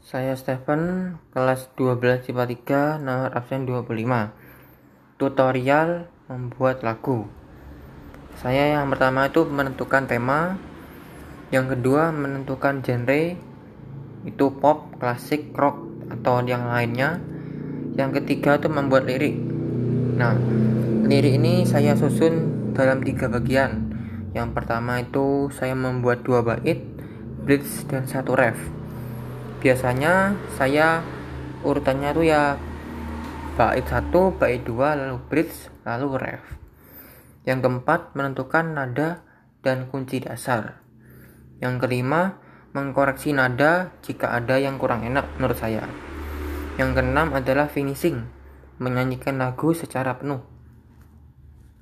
Saya Stephen, kelas 12 IPA 3, nomor absen 25. Tutorial membuat lagu. Saya yang pertama itu menentukan tema, yang kedua menentukan genre, itu pop, klasik, rock, atau yang lainnya. Yang ketiga itu membuat lirik. Nah, lirik ini saya susun dalam 3 bagian. Yang pertama itu saya membuat 2 bait, bridge, dan 1 ref. Biasanya saya urutannya tuh ya bait 1, bait 2, lalu bridge, lalu ref. Yang keempat, menentukan nada dan kunci dasar. Yang kelima, mengkoreksi nada jika ada yang kurang enak menurut saya. Yang keenam adalah finishing, menyanyikan lagu secara penuh.